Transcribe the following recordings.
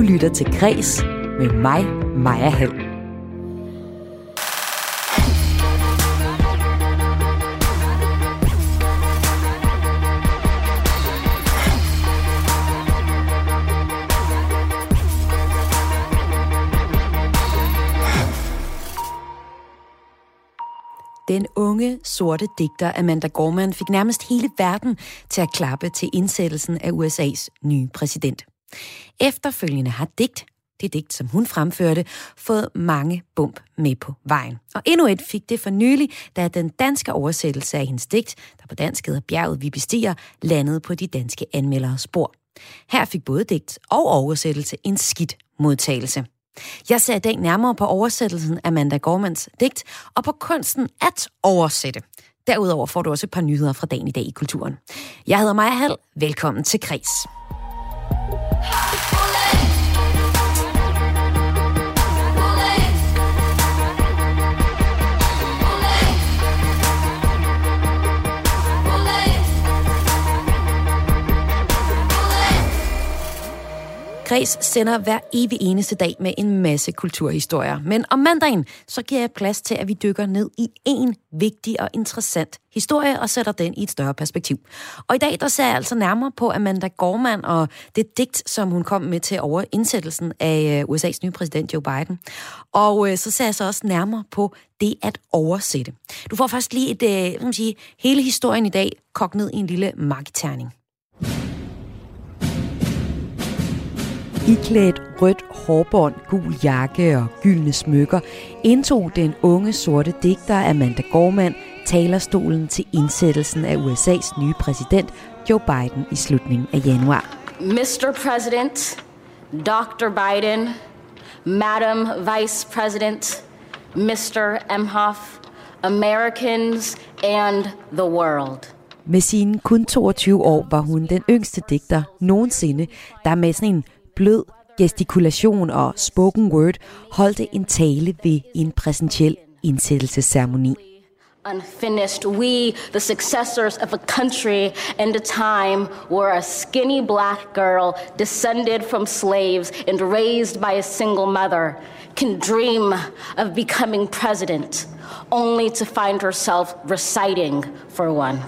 lytter til Kres med mig, Maja Hall. Den unge, sorte digter Amanda Gorman fik nærmest hele verden til at klappe til indsættelsen af USA's nye præsident. Efterfølgende har det digt, som hun fremførte, fået mange bump med på vejen. Og endnu et fik det for nylig, da den danske oversættelse af hendes digt, der på dansk hedder Bjerget vi bestiger, landede på de danske anmelderes spor. Her fik både digt og oversættelse en skidt modtagelse. Jeg ser i dag nærmere på oversættelsen af Amanda Gormans digt og på kunsten at oversætte. Derudover får du også et par nyheder fra dagen i dag i kulturen. Jeg hedder Maja Hall. Velkommen til Kres. Kres sender hver evig eneste dag med en masse kulturhistorier. Men om mandagen, så giver jeg plads til, at vi dykker ned i en vigtig og interessant historie og sætter den i et større perspektiv. Og i dag, der ser jeg altså nærmere på Amanda Gorman og det digt, som hun kom med til over indsættelsen af USA's nye præsident Joe Biden. Og så ser jeg så også nærmere på det at oversætte. Du får først lige hele historien i dag kogt ned i en lille marketerning. Iklædt rødt hårbånd, gul jakke og gyldne smykker indtog den unge sorte digter Amanda Gorman talerstolen til indsættelsen af USA's nye præsident Joe Biden i slutningen af januar. Mr. President, Dr. Biden, Madam Vice President, Mr. Emhoff, Americans and the world. Med sine kun 22 år var hun den yngste digter nogensinde, der med sådan en blød gestikulation og spoken word holdte en tale ved en præsidentiel indsættelsesceremoni. Unfinished, we, the successors of a country and a time where a skinny black girl descended from slaves and raised by a single mother can dream of becoming president, only to find herself reciting for one.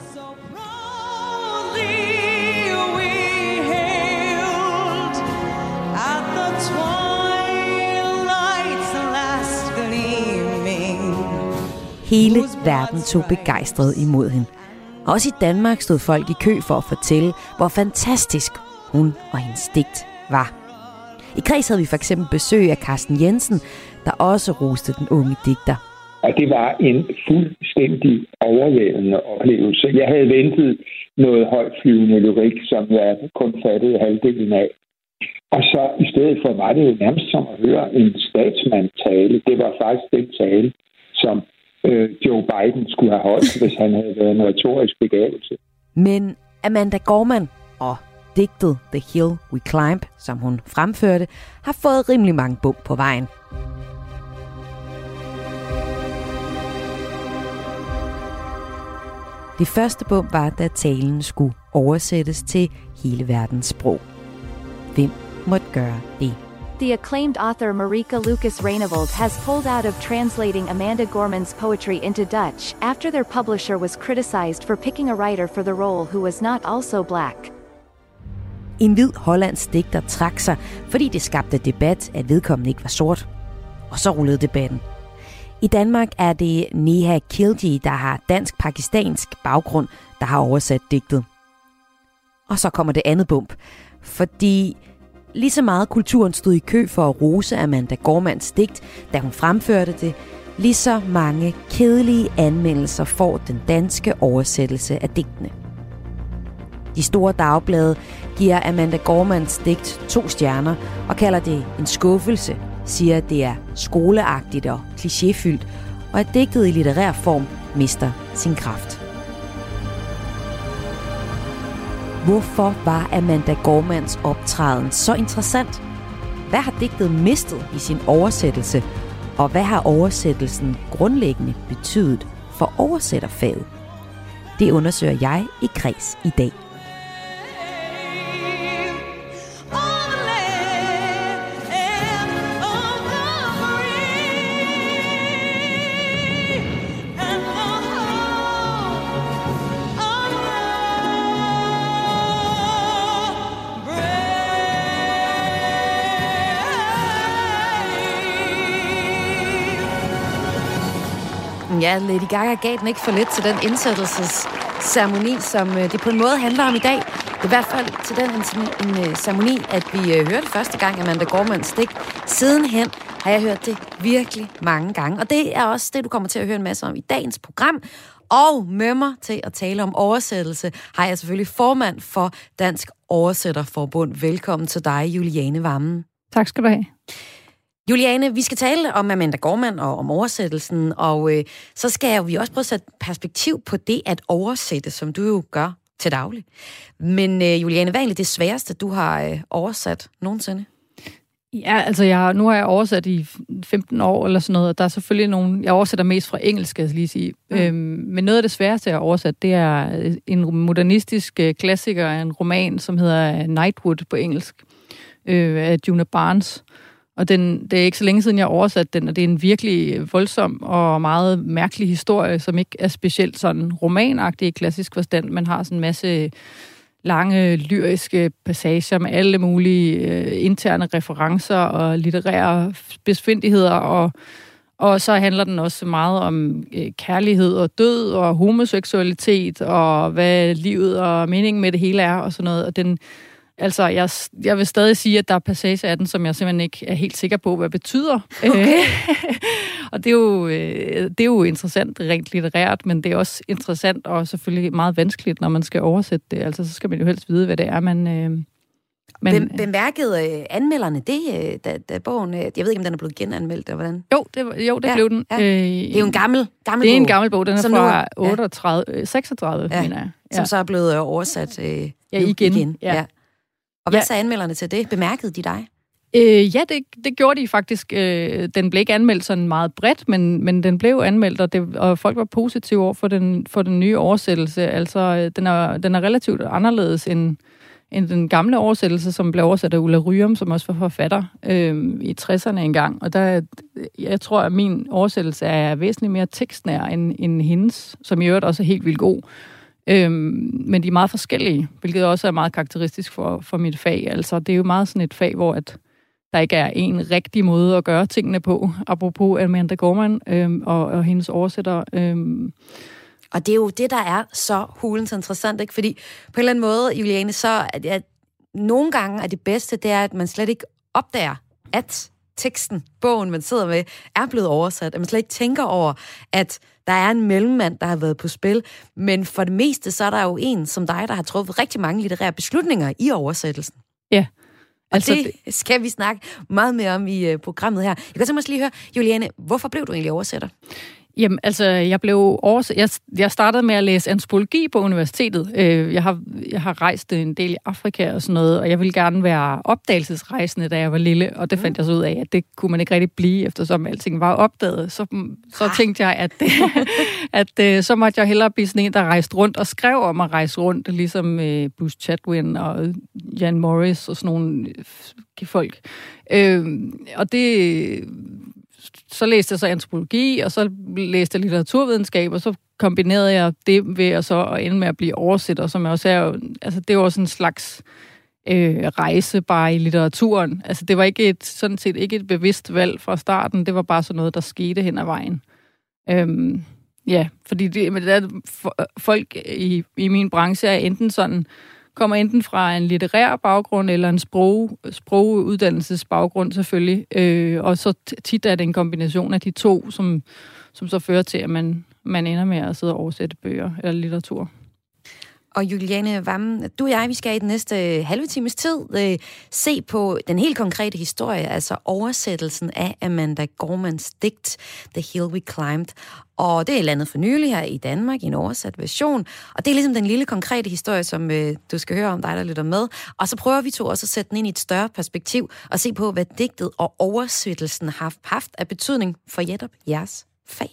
Hele verden tog begejstret imod hende. Også i Danmark stod folk i kø for at fortælle, hvor fantastisk hun og hendes digt var. I Kres havde vi for eksempel besøg af Carsten Jensen, der også roste den unge digter. Og det var en fuldstændig overvældende oplevelse. Jeg havde ventet noget højtflyvende lyrik, som jeg kun fattede halvdelen af. Og så i stedet for var det jo nærmest som at høre en statsmand tale. Det var faktisk den tale, som Joe Biden skulle have holdt, hvis han havde været en retorisk begavelse. Men Amanda Gorman og digtet The Hill We Climb, som hun fremførte, har fået rimelig mange bump på vejen. Det første bump var, da talen skulle oversættes til hele verdens sprog. Hvem måtte gøre det? The acclaimed author Marika Lucas-Reineveld has pulled out of translating Amanda Gorman's poetry into Dutch after their publisher was criticized for picking a writer for the role who was not also black. En hvid hollandsk digter trak sig, fordi det skabte debat, at vedkommende ikke var sort. Og så rullede debatten. I Danmark er det Neha Khilji, der har dansk-pakistansk baggrund, der har oversat digtet. Og så kommer det andet bump, fordi lige så meget kulturen stod i kø for at rose Amanda Gormans digt, da hun fremførte det, lige så mange kedelige anmeldelser får den danske oversættelse af digtene. De store dagblade giver Amanda Gormans digt 2 stjerner og kalder det en skuffelse, siger, at det er skoleagtigt og klichéfyldt, og at digtet i litterær form mister sin kraft. Hvorfor var Amanda Gormans optræden så interessant? Hvad har digtet mistet i sin oversættelse? Og hvad har oversættelsen grundlæggende betydet for oversætterfaget? Det undersøger jeg i Kres i dag. Ja, Lady Gaga gav den ikke for lidt til den indsættelsesceremoni, som det på en måde handler om i dag. Det er i hvert fald til den ceremoni, at vi hørte første gang Amanda Gormans digt. Sidenhen har jeg hørt det virkelig mange gange. Og det er også det, du kommer til at høre en masse om i dagens program. Og med mig til at tale om oversættelse har jeg selvfølgelig formand for Dansk Oversætterforbund. Velkommen til dig, Juliane Wammen. Tak skal du have. Juliane, vi skal tale om Amanda Gorman og om oversættelsen, og så skal vi også prøve at sætte perspektiv på det at oversætte, som du jo gør til daglig. Men Juliane, hvad er egentlig det sværeste, du har oversat nogensinde? Ja, altså nu har jeg oversat i 15 år eller sådan noget, og der er selvfølgelig nogle, jeg oversætter mest fra engelsk, skal jeg lige sige. Men noget af det sværeste, jeg har oversat, det er en modernistisk klassiker, en roman, som hedder Nightwood på engelsk, af Juna Barnes. Og det er ikke så længe siden, jeg har oversat den, og det er en virkelig voldsom og meget mærkelig historie, som ikke er specielt sådan romanagtig i klassisk forstand. Man har sådan en masse lange, lyriske passager med alle mulige interne referencer og litterære besvindeligheder, og så handler den også meget om kærlighed og død og homoseksualitet, og hvad livet og meningen med det hele er, og sådan noget. Og den, altså, jeg vil stadig sige, at der er passager af den, som jeg simpelthen ikke er helt sikker på, hvad betyder. Okay. Og det er jo interessant rent litterært, men det er også interessant og selvfølgelig meget vanskeligt, når man skal oversætte det. Altså, så skal man jo helst vide, hvad det er, man bemærkede anmelderne det, da bogen... Jeg ved ikke, om den er blevet genanmeldt, eller hvordan? Jo, det blev den. Ja. Det er jo en gammel bog. Det er en gammel bog. Den er fra 36, mener jeg. Ja. Som så er blevet oversat igen. Ja. Og hvad sagde anmelderne til det? Bemærkede de dig? Ja, det gjorde de faktisk. Den blev ikke anmeldt sådan meget bredt, men den blev anmeldt, og folk var positive over for den nye oversættelse. Altså, den er relativt anderledes end den gamle oversættelse, som blev oversat af Ulla Ryum, som også var forfatter i 60'erne engang. Og jeg tror, at min oversættelse er væsentligt mere tekstnær end hendes, som i øvrigt også er helt vildt god. Men de er meget forskellige, hvilket også er meget karakteristisk for mit fag. Altså, det er jo meget sådan et fag, hvor at der ikke er en rigtig måde at gøre tingene på, apropos Amanda Gorman og hendes oversætter. Og det er jo det, der er så hulens interessant, ikke? Fordi på en eller anden måde, Juliane, så at nogle gange er det bedste, det er, at man slet ikke opdager, at teksten, bogen, man sidder med, er blevet oversat. At man slet ikke tænker over, at der er en mellemmand, der har været på spil. Men for det meste, så er der jo en som dig, der har truffet rigtig mange litterære beslutninger i oversættelsen. Ja. Altså, og det skal vi snakke meget mere om i programmet her. Jeg kan simpelthen lige høre, Juliane, hvorfor blev du egentlig oversætter? Jamen, altså, jeg startede med at læse antropologi på universitetet. Jeg har rejst en del i Afrika og sådan noget, og jeg ville gerne være opdagelsesrejsende, da jeg var lille, og det fandt jeg så ud af, at det kunne man ikke rigtig blive, eftersom alting var opdaget. Så tænkte jeg, at så måtte jeg hellere blive sådan en, der rejste rundt og skrev om at rejse rundt, ligesom Bruce Chatwin og Jan Morris og sådan nogle folk. Og det... Så læste jeg så antropologi, og så læste jeg litteraturvidenskab, og så kombinerede jeg det ved at ende med at blive oversætter, som jeg også er, altså det var også en slags rejse bare i litteraturen. Altså det var sådan set ikke et bevidst valg fra starten, det var bare sådan noget, der skete hen ad vejen. Fordi folk i min branche er kommer enten fra en litterær baggrund eller en sproguddannelsesbaggrund selvfølgelig, og så tit er det en kombination af de to, som så fører til, at man ender med at sidde og oversætte bøger eller litteratur. Og Juliane Wammen, du og jeg, vi skal i den næste halve times tid se på den helt konkrete historie, altså oversættelsen af Amanda Gormans digt, The Hill We Climbed. Og det er landet for nylig her i Danmark i en oversat version. Og det er ligesom den lille konkrete historie, som du skal høre om, dig der lytter med. Og så prøver vi to også at sætte den ind i et større perspektiv og se på, hvad digtet og oversættelsen har haft af betydning for netop jeres fag.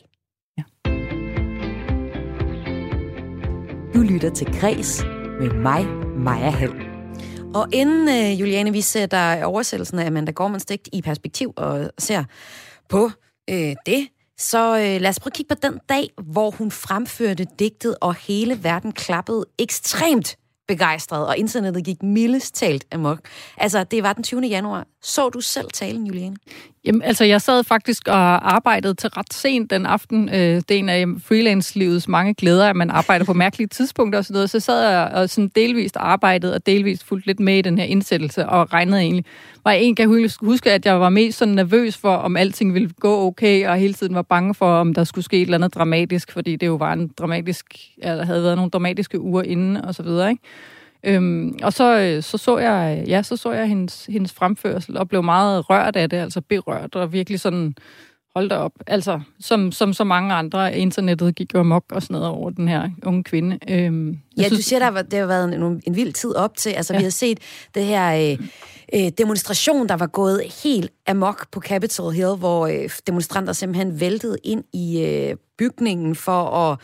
Du lytter til Kreds med mig, Maja Hall. Og inden, Juliane, vi sætter oversættelsen af Amanda Gormans digt i perspektiv og ser på det, så lad os prøve at kigge på den dag, hvor hun fremførte digtet, og hele verden klappede ekstremt begejstret, og internettet gik mildest talt amok. Altså, det var den 20. januar. Så du selv talen, Juliane? Jamen, altså, jeg sad faktisk og arbejdede til ret sent den aften. Det er en af freelance-livets mange glæder, at man arbejder på mærkelige tidspunkter og sådan noget. Så sad jeg og sådan delvist arbejdede og delvist fulgte lidt med i den her indsættelse og regnede egentlig. Kan jeg huske, at jeg var mest sådan nervøs for, om alting ville gå okay, og hele tiden var bange for, om der skulle ske et eller andet dramatisk, fordi det jo var der havde været nogle dramatiske uger inden og så videre, ikke? Og så så jeg hendes fremførsel og blev meget rørt af det, altså berørt og virkelig sådan hold da op. Altså som så mange andre, internettet gik jo amok og sådan noget over den her unge kvinde. Du siger, det har været en vild tid op til. Altså vi har set det her demonstration, der var gået helt amok på Capitol Hill, hvor demonstranter simpelthen væltede ind i bygningen for at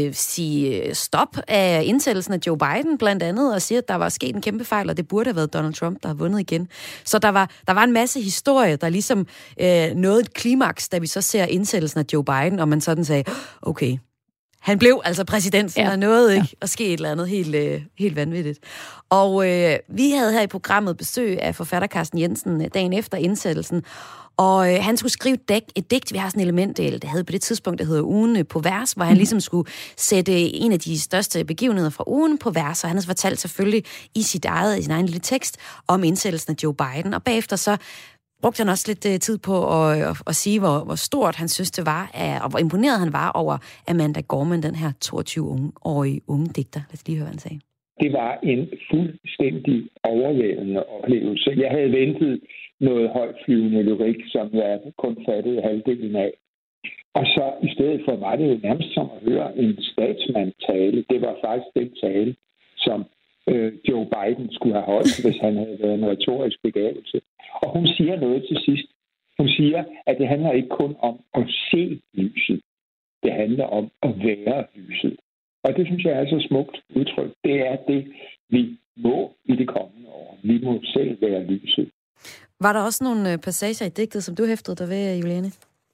sige stop af indsættelsen af Joe Biden blandt andet, og sige, at der var sket en kæmpe fejl, og det burde have været Donald Trump, der har vundet igen. Så der var en masse historie, der ligesom nåede et klimaks, da vi så ser indsættelsen af Joe Biden, og man sådan sagde, okay, han blev altså præsident, så der nåede ikke at ske et eller andet helt vanvittigt. Og vi havde her i programmet besøg af forfatter Carsten Jensen dagen efter indsættelsen, og han skulle skrive et digt. Vi har sådan en element, det havde på det tidspunkt, der hedder Ugen på vers, hvor han ligesom skulle sætte en af de største begivenheder fra ugen på vers, og han har fortalt selvfølgelig i sin egen lille tekst om indsættelsen af Joe Biden, og bagefter så brugte han også lidt tid på at sige, hvor stort han synes det var, og hvor imponeret han var over Amanda Gorman, den her 22-årige unge digter. Lad os lige høre, hvad han sagde. Det var en fuldstændig overvældende oplevelse. Jeg havde ventet noget højtflyvende lyrik, som jeg kun fattede halvdelen af. Og så i stedet for var det jo nærmest som at høre en statsmand tale. Det var faktisk den tale, som Joe Biden skulle have holdt, hvis han havde været en retorisk begavelse. Og hun siger noget til sidst. Hun siger, at det handler ikke kun om at se lyset. Det handler om at være lyset. Og det synes jeg er så smukt udtryk. Det er det, vi må i det kommende år. Vi må selv være lyset. Var der også nogle passager i digtet, som du hæftede dig ved, Juliane?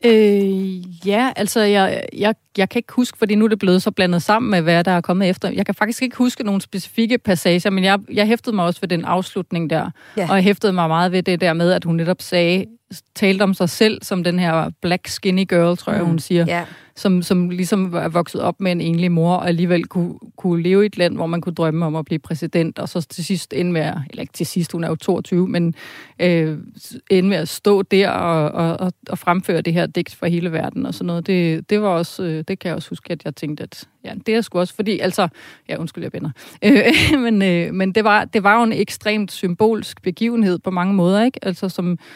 Ja, altså jeg kan ikke huske, fordi nu er det blevet så blandet sammen med, hvad der er kommet efter. Jeg kan faktisk ikke huske nogle specifikke passager, men jeg hæftede mig også ved den afslutning der, og jeg hæftede mig meget ved det der med, at hun netop talte om sig selv som den her black skinny girl, tror jeg, hun siger, som ligesom var vokset op med en enlig mor, og alligevel kunne leve i et land, hvor man kunne drømme om at blive præsident, og så til sidst ende med, eller ikke til sidst, hun er jo 22, men ende med at stå der og fremføre det her digt for hele verden og sådan noget. Det var også, det kan jeg også huske, at jeg tænkte, at ja, det er sgu også, fordi, altså, ja, undskyld, jeg vender. Men det var jo en ekstremt symbolsk begivenhed på mange måder, ikke? Altså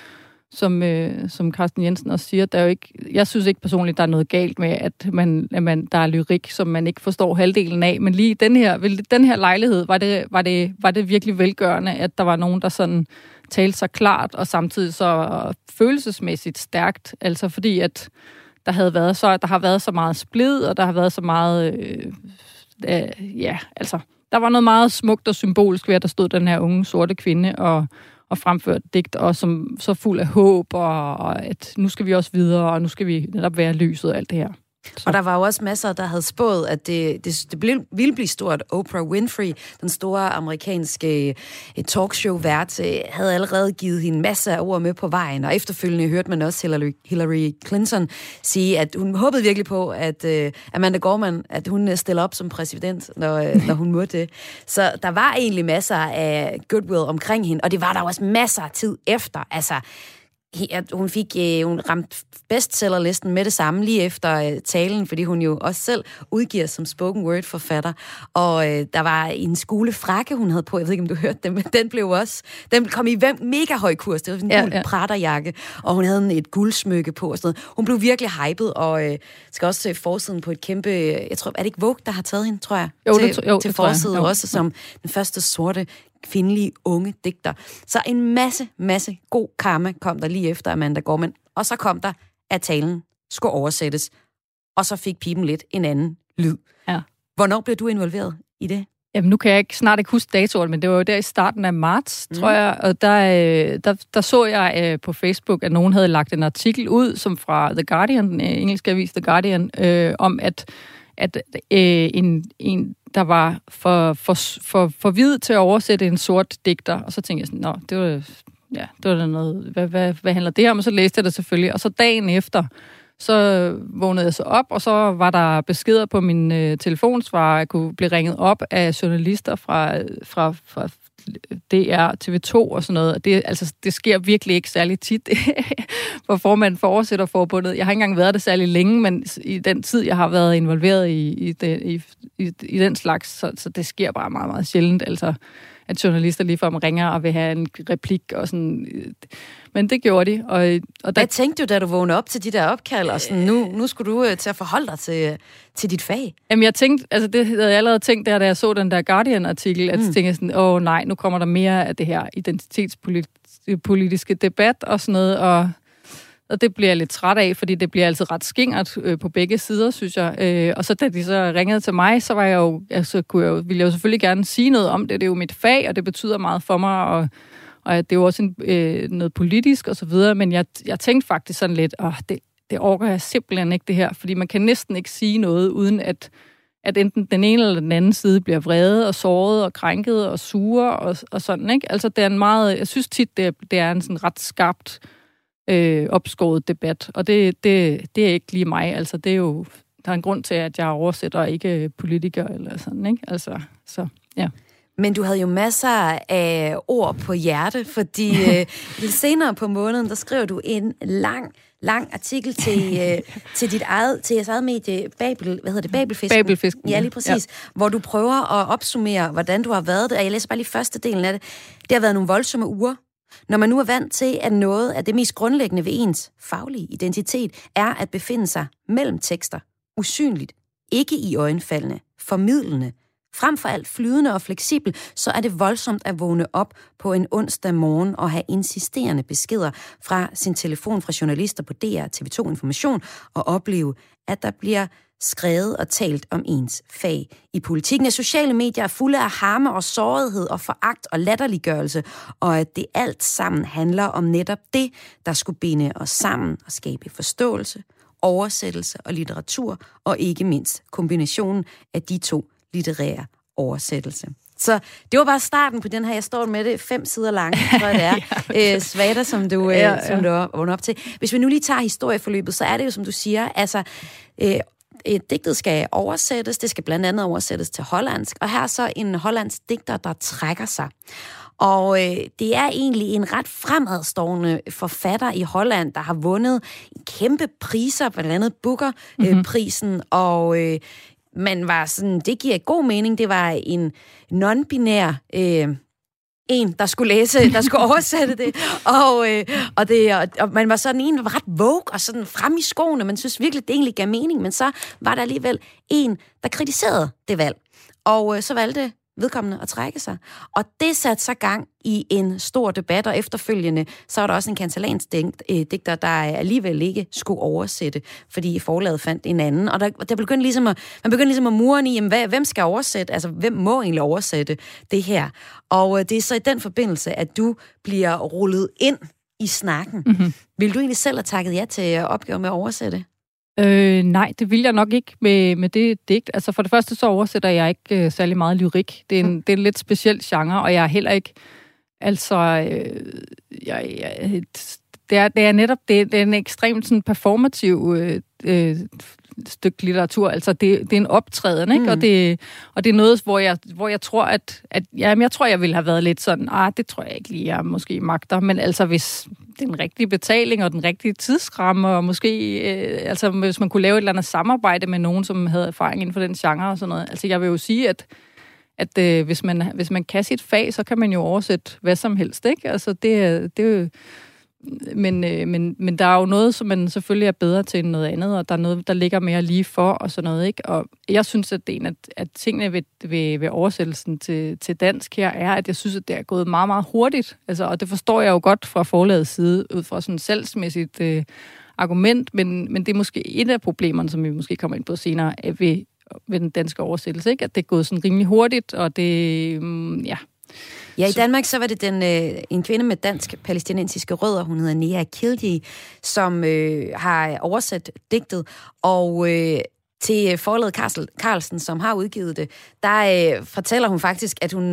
som Carsten Jensen også siger, der er jo ikke, jeg synes ikke personligt, der er noget galt med, at der er lyrik, som man ikke forstår halvdelen af, men lige den her lejlighed var det virkelig velgørende, at der var nogen, der sådan talte så klart, og samtidig så følelsesmæssigt stærkt, altså fordi at der har været så meget splid, og der har været så meget der var noget meget smukt og symbolsk ved, at der stod den her unge sorte kvinde og fremført digt, og som så fuld af håb, og at nu skal vi også videre, og nu skal vi netop være lyset og alt det her. Så. Og der var jo også masser, der havde spået, at det ville blive stort. Oprah Winfrey, den store amerikanske talkshow-vært, havde allerede givet hende masser af ord med på vejen, og efterfølgende hørte man også Hillary Clinton sige, at hun håbede virkelig på, at Amanda Gorman, at hun stiller op som præsident, når hun må det. Så der var egentlig masser af goodwill omkring hende, og det var der også masser af tid efter. Altså, hun ramte bestsellerlisten med det samme lige efter talen, fordi hun jo også selv udgiver som spoken word forfatter. Og der var en skulefrakke, hun havde på, jeg ved ikke, om du hørte det, men den kom i mega høj kurs. Det var sådan en guld praterjakke, og hun havde et guldsmykke på og sådan noget. Hun blev virkelig hyped, og skal også se forsiden på et kæmpe, jeg tror, er det ikke Vogue, der har taget hende, tror jeg? Til forsiden også, som den første sorte kvindelige unge digter. Så en masse god karma kom der lige efter Amanda Gorman. Og så kom der, at talen skulle oversættes. Og så fik pipen lidt en anden lyd. Ja. Hvornår blev du involveret i det? Jamen, nu kan jeg snart ikke huske datoen, men det var jo der i starten af marts, tror jeg. Og der så jeg på Facebook, at nogen havde lagt en artikel ud, som fra The Guardian, den engelske avis The Guardian, om at en der var for hvid til at oversætte en sort digter. Og så tænkte jeg sådan, det ja, det var noget, hvad handler det om? Og så læste jeg det selvfølgelig. Og så dagen efter, så vågnede jeg så op, og så var der beskeder på min telefonsvarer, jeg kunne blive ringet op af journalister fra DR, TV2 og sådan noget. Det sker virkelig ikke særlig tit for formanden for Oversætterforbundet. Jeg har ikke engang været det særlig længe, men i den tid, jeg har været involveret i den slags, så det sker bare meget, meget sjældent. Altså, at journalister ligefrem ringer og vil have en replik og sådan. Men det gjorde de. Og hvad tænkte du, da du vågnede op til de der opkald? Og sådan, nu skulle du til at forholde dig til dit fag? Jamen, jeg tænkte, altså det havde jeg allerede tænkt der, da jeg så den der Guardian-artikel, at jeg tænkte sådan, nej, nu kommer der mere af det her identitetspolitiske debat og sådan noget, og det bliver jeg lidt træt af, fordi det bliver altid ret skingert på begge sider, synes jeg. Og så da de så ringede til mig, så var jeg jo, ville jeg jo selvfølgelig gerne sige noget om det. Det er jo mit fag, og det betyder meget for mig, og det er jo også noget politisk og så videre. Men jeg tænkte faktisk sådan lidt, det orker jeg simpelthen ikke det her, fordi man kan næsten ikke sige noget, uden at enten den ene eller den anden side bliver vrede og såret og krænket og sure og sådan, ikke? Altså det er en meget, jeg synes tit, det er en sådan ret skarpt opskåret debat, og det er ikke lige mig. Altså det er jo, der er en grund til, at jeg oversætter ikke politiker eller sådan, ikke? Altså, så ja. Men du havde jo masser af ord på hjerte, fordi lidt senere på måneden, der skrev du en lang artikel til jeres eget medie, Babelfisken? Babelfisken, ja, lige præcis. Ja. Hvor du prøver at opsummere, hvordan du har været det, og jeg læser bare lige første delen af det. Det har været nogle voldsomme uger. Når man nu er vant til, at noget af det mest grundlæggende ved ens faglige identitet er at befinde sig mellem tekster, usynligt, ikke i øjenfaldende, formidlende, frem for alt flydende og fleksibel, så er det voldsomt at vågne op på en onsdag morgen og have insisterende beskeder fra sin telefon fra journalister på DR, TV2 Information og opleve, at der bliver skrevet og talt om ens fag. I politikken af sociale medier er fulde af harme og sårighed og foragt og latterliggørelse, og at det alt sammen handler om netop det, der skulle binde os sammen og skabe forståelse, oversættelse og litteratur, og ikke mindst kombinationen af de to litterære oversættelse. Så det var bare starten på den her, jeg står med det 5 sider lange, tror jeg det er, svater, som du vågner op til. Hvis vi nu lige tager historieforløbet, så er det jo, som du siger, altså digtet skal oversættes, det skal blandt andet oversættes til hollandsk, og her er så en hollandsk digter, der trækker sig. Og det er egentlig en ret fremadstående forfatter i Holland, der har vundet kæmpe priser, blandt andet Booker-prisen, og man var sådan, det giver god mening, det var en non-binær en, der skulle læse, der skulle oversætte det, og man var sådan en, der var ret vogue og sådan frem i skoene, man synes virkelig, det egentlig gav mening, men så var der alligevel en, der kritiserede det valg, og så valgte vedkommende at trække sig. Og det satte sig gang i en stor debat, og efterfølgende, så var der også en katalansk digter, der alligevel ikke skulle oversætte, fordi forlaget fandt en anden. Og der begyndte ligesom at mure i, hvem skal oversætte? Altså, hvem må egentlig oversætte det her? Og det er så i den forbindelse, at du bliver rullet ind i snakken. Mm-hmm. Vil du egentlig selv have takket ja til opgaven med at oversætte? Nej, det vil jeg nok ikke med det digt. Altså for det første så oversætter jeg ikke særlig meget lyrik. Det er en lidt speciel genre, og jeg er heller ikke, altså, det er netop, det er en ekstremt sådan performativ stykke litteratur. Altså det er en optræden, ikke? Og det er noget, hvor jeg tror, jeg tror, jeg ville have været lidt sådan, det tror jeg ikke lige, jeg måske magter. Men altså, hvis den rigtige betaling og den rigtige tidsramme, og måske, altså hvis man kunne lave et eller andet samarbejde med nogen, som havde erfaring inden for den genre og sådan noget. Altså jeg vil jo sige, at hvis man kan sit fag, så kan man jo oversætte hvad som helst, ikke? Altså det er jo... Men der er jo noget, som man selvfølgelig er bedre til end noget andet, og der er noget, der ligger mere lige for, og sådan noget, ikke? Og jeg synes, at det er en af tingene ved oversættelsen til dansk her, er, at jeg synes, at det er gået meget, meget hurtigt. Altså, og det forstår jeg jo godt fra forlagets side, ud fra sådan et salgsmæssigt argument, men det er måske et af problemerne, som vi måske kommer ind på senere, ved den danske oversættelse, ikke? At det er gået sådan rimelig hurtigt, og det, Ja, i Danmark så var det en kvinde med dansk-palæstinensiske rødder, hun hedder Neha Khildji, som har oversat digtet, og til forlaget Carlsen, som har udgivet det, der fortæller hun faktisk, at hun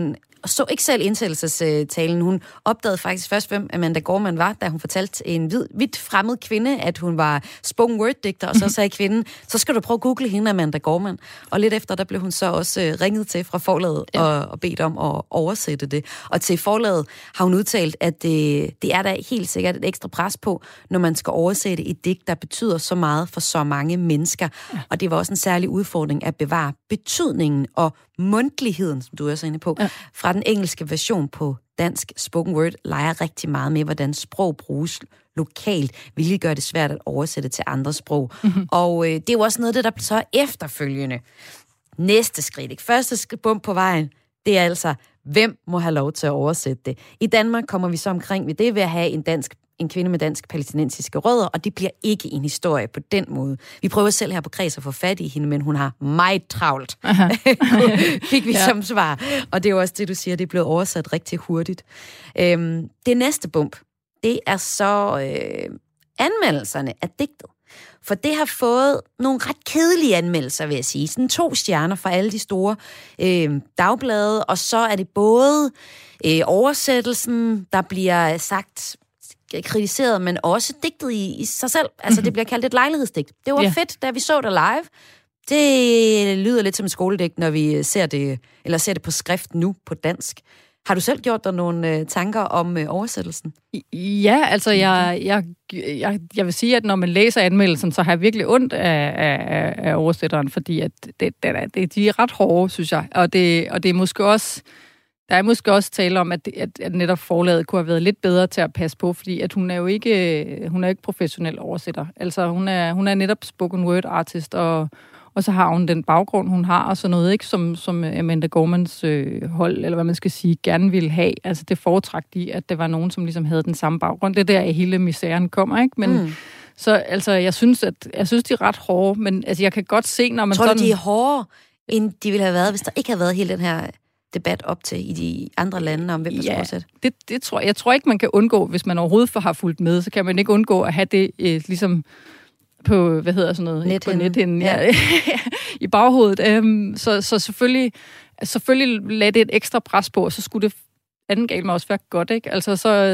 og så ikke selv indsættelsestalen. Hun opdagede faktisk først, hvem Amanda Gorman var, da hun fortalte en vidt fremmed kvinde, at hun var spoken word-digter, og så sagde kvinden, så skal du prøve at google hende, Amanda Gorman. Og lidt efter, der blev hun så også ringet til fra forlaget og bedt om at oversætte det. Og til forlaget har hun udtalt, at det er da helt sikkert et ekstra pres på, når man skal oversætte et digt, der betyder så meget for så mange mennesker. Ja. Og det var også en særlig udfordring at bevare betydningen og mundtligheden, som du er så inde på, fra den engelske version på dansk. Spoken word leger rigtig meget med, hvordan sprog bruges lokalt, hvilket gør det svært at oversætte til andre sprog. Mm-hmm. Og det er jo også noget, der så er efterfølgende. Næste skridt, ikke? Første bump på vejen, det er altså, hvem må have lov til at oversætte det? I Danmark kommer vi så omkring ved det ved at have en kvinde med dansk-palæstinensiske rødder, og det bliver ikke en historie på den måde. Vi prøver selv her på Kreds at få fat i hende, men hun har meget travlt, fik vi som svar. Og det er jo også det, du siger, det er blevet oversat rigtig hurtigt. Det næste bump, det er så anmeldelserne af digtet. For det har fået nogle ret kedelige anmeldelser, vil jeg sige. Sådan 2 stjerner fra alle de store dagblade, og så er det både oversættelsen, der bliver sagt kritiseret, men også digtet i sig selv. Altså, det bliver kaldt et lejlighedsdigt. Det var fedt, da vi så det live. Det lyder lidt som et skoledigt, når vi ser det på skrift nu på dansk. Har du selv gjort dig nogle tanker om oversættelsen? Ja, altså jeg vil sige, at når man læser anmeldelsen, så har jeg virkelig ondt af oversætteren, fordi at de er ret hårde, synes jeg. Og det er måske også... Der er måske også tale om, at netop forlaget kunne have været lidt bedre til at passe på, fordi at hun er jo ikke professionel oversætter. Altså hun er netop spoken word artist, og så har hun den baggrund, hun har, og sådan noget, ikke, som Amanda Gormans hold, eller hvad man skal sige, gerne ville have. Altså det foretrak de, at det var nogen, som ligesom havde den samme baggrund. Det er der, hele misæren kommer, ikke? Men så altså, jeg synes, de er ret hårde, men altså, jeg kan godt se, når man Tror du, de er hårdere, end de ville have været, hvis der ikke havde været hele den her debat op til i de andre lande om, hvem der skal oversætte? Det tror jeg. Jeg tror ikke, man kan undgå, hvis man overhovedet har fulgt med, så kan man ikke undgå at have det ligesom på, hvad hedder sådan noget? På nethinden, i baghovedet. Så selvfølgelig lagde det et ekstra pres på, og så skulle det anden galt med også være godt, ikke? Altså,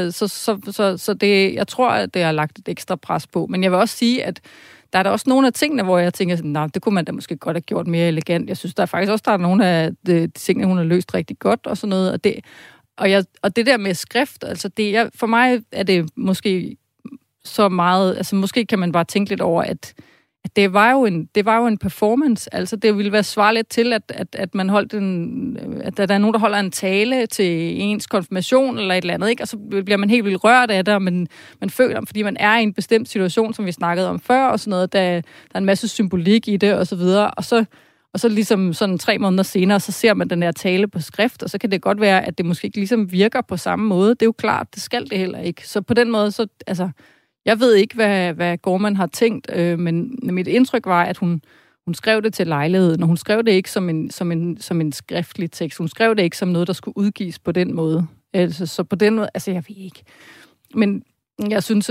så det, jeg tror, at det har lagt et ekstra pres på. Men jeg vil også sige, at der er der også nogle af tingene, hvor jeg tænker sådan, nej, det kunne man da måske godt have gjort mere elegant. Jeg synes, der er faktisk også, der er nogle af de tingene, hun har løst rigtig godt, og sådan noget. Og det der med skrift, altså for mig er det måske så meget, altså måske kan man bare tænke lidt over, at det var jo en performance. Altså det ville være svarligt til, at man holdt at der er nogen, der holder en tale til ens konfirmation eller et eller andet, ikke? Og så bliver man helt vildt rørt af det, og man føler, fordi man er i en bestemt situation, som vi snakkede om før, og sådan noget, der er en masse symbolik i det, og så videre. Og så ligesom sådan 3 måneder senere, så ser man den her tale på skrift, og så kan det godt være, at det måske ikke ligesom virker på samme måde. Det er jo klart, det skal det heller ikke. Så på den måde, så altså... Jeg ved ikke, hvad Gorman har tænkt, men mit indtryk var, at hun skrev det til lejligheden, og hun skrev det ikke som en skriftlig tekst. Hun skrev det ikke som noget, der skulle udgives på den måde. Altså, så på den måde, altså jeg ved ikke. Men jeg synes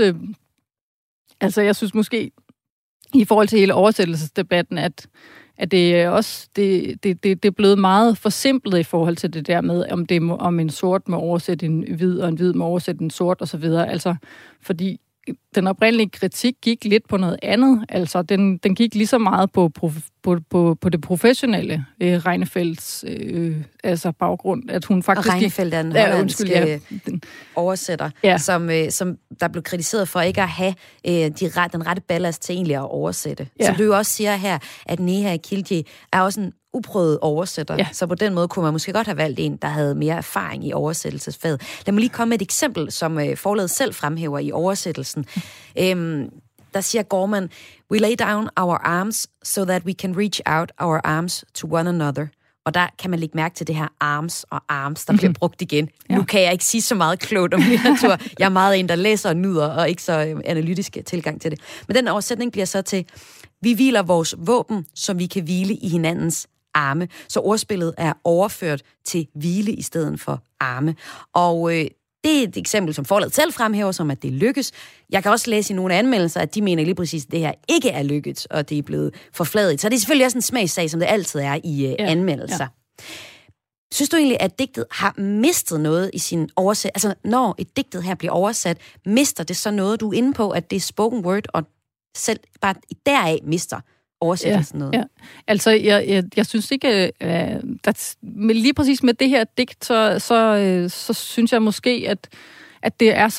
måske, i forhold til hele oversættelsesdebatten, at det er også det er blevet meget forsimplet i forhold til det der med, om en sort må oversætte en hvid, og en hvid må oversætte en sort, og så videre. Altså, fordi den oprindelige kritik gik lidt på noget andet. Altså, den gik lige så meget på det professionelle Reinefelds baggrund, at hun faktisk... Og Reinefeldt er den hollandske oversætter, som der blev kritiseret for ikke at have den rette ballast til egentlig at oversætte. Ja. Som du jo også siger her, at Neha Khilji er også en uprøvet oversætter. Ja. Så på den måde kunne man måske godt have valgt en, der havde mere erfaring i oversættelsesfaget. Lad mig lige komme med et eksempel, som forlaget selv fremhæver i oversættelsen. Der siger Gorman, "We lay down our arms so that we can reach out our arms to one another." Og der kan man lægge mærke til det her arms, der bliver brugt igen. Ja. Nu kan jeg ikke sige så meget klogt om litteratur. Jeg er meget en, der læser og nyder, og ikke så analytisk tilgang til det. Men den oversætning bliver så til, vi hviler vores våben, så vi kan hvile i hinandens arme. Så ordspillet er overført til hvile i stedet for arme. Og det er et eksempel, som forlaget selv fremhæver, som at det lykkes. Jeg kan også læse i nogle anmeldelser, at de mener lige præcis, at det her ikke er lykket, og det er blevet forfladet. Så det er selvfølgelig også en smagssag, som det altid er i anmeldelser. Ja. Synes du egentlig, at digtet har mistet noget i sin oversæt? Altså, når et digtet her bliver oversat, mister det så noget, du er inde på, at det er spoken word, og selv bare deraf mister oversættelsen noget? Ja. Altså, jeg synes ikke, men lige præcis med det her digt, så synes jeg måske, at det er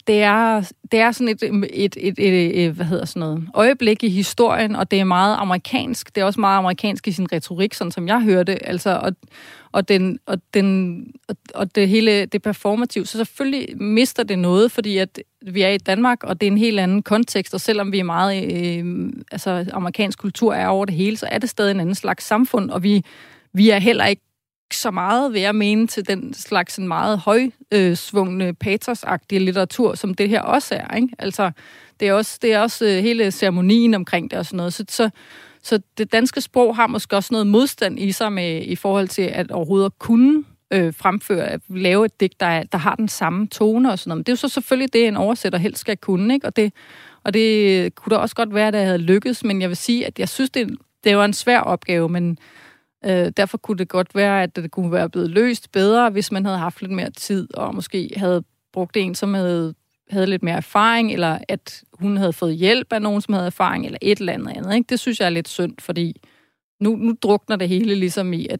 sådan et hvad hedder sådan noget, øjeblik i historien, og det er meget amerikansk. Det er også meget amerikansk i sin retorik, sådan som jeg hørte, altså, og det hele det performative. Så selvfølgelig mister det noget, fordi at vi er i Danmark, og det er en helt anden kontekst, og selvom vi er meget, altså amerikansk kultur er over det hele, så er det stadig en anden slags samfund, og vi er heller ikke så meget, vil jeg mene, til den slags en meget højsvungne patosagtige litteratur, som det her også er, ikke? Altså, det er også hele ceremonien omkring det og sådan noget. Så det danske sprog har måske også noget modstand i sig i forhold til at overhovedet kunne fremføre, at lave et digt, der har den samme tone og sådan noget. Men det er jo så selvfølgelig det, en oversætter helst skal kunne, ikke? Og det kunne da også godt være, at det havde lykkes, men jeg vil sige, at jeg synes, det var en svær opgave, men derfor kunne det godt være, at det kunne være blevet løst bedre, hvis man havde haft lidt mere tid, og måske havde brugt en, som havde lidt mere erfaring, eller at hun havde fået hjælp af nogen, som havde erfaring, eller et eller andet. Ikke? Det synes jeg er lidt synd, fordi nu drukner det hele ligesom i,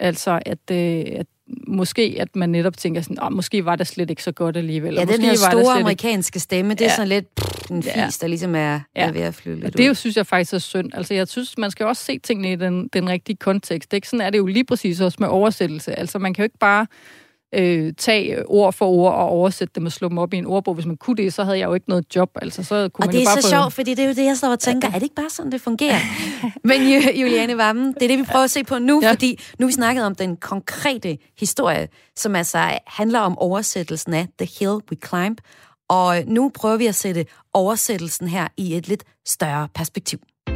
at måske, at man netop tænker sådan, måske var det slet ikke så godt alligevel. Ja, den her store amerikanske stemme, det er sådan lidt en fis, der ligesom er ved at flyve lidt ud. Det jo, synes jeg faktisk er synd. Altså, jeg synes, man skal også se tingene i den rigtige kontekst. Ikke? Sådan er det jo lige præcis også med oversættelse. Altså, man kan jo ikke bare tage ord for ord og oversætte dem og slå dem op i en ordbog. Hvis man kunne det, så havde jeg jo ikke noget job. Altså, så kunne og det er så sjovt, fordi det er jo det, jeg står og tænker, er det ikke bare sådan, det fungerer? Men Juliane Wammen, det er det, vi prøver at se på nu, fordi nu vi snakket om den konkrete historie, som altså handler om oversættelsen af The Hill We Climb, og nu prøver vi at sætte oversættelsen her i et lidt større perspektiv.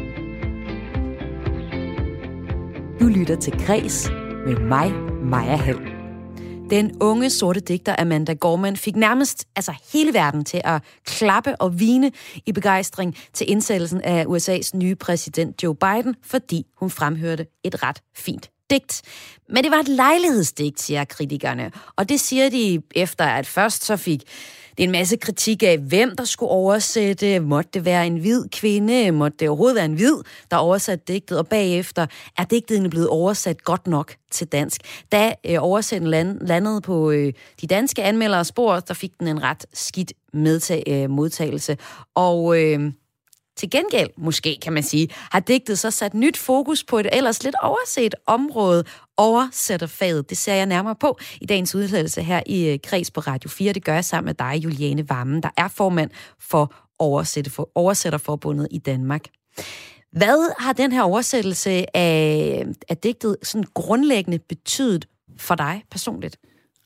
Du lytter til Græs med mig, Maja Hall. Den unge sorte digter Amanda Gorman fik nærmest hele verden til at klappe og hvine i begejstring til indsættelsen af USA's nye præsident Joe Biden, fordi hun fremhørte et ret fint digt. Men det var et lejlighedsdigt, siger kritikerne, og det siger de efter, at først så fik det en masse kritik af, hvem der skulle oversætte. Måtte det være en hvid kvinde? Måtte det overhovedet være en hvid, der oversatte digtet? Og bagefter er digtet blevet oversat godt nok til dansk. Da oversættelsen landede på de danske anmelderes spor, der fik den en ret skidt modtagelse. Og til gengæld, måske kan man sige, har digtet så sat nyt fokus på et ellers lidt overset område, oversætterfaget. Det ser jeg nærmere på i dagens udsendelse her i Kreds på Radio 4. Det gør jeg sammen med dig, Juliane Wammen, der er formand for Oversætterforbundet i Danmark. Hvad har den her oversættelse af digtet sådan grundlæggende betydet for dig personligt?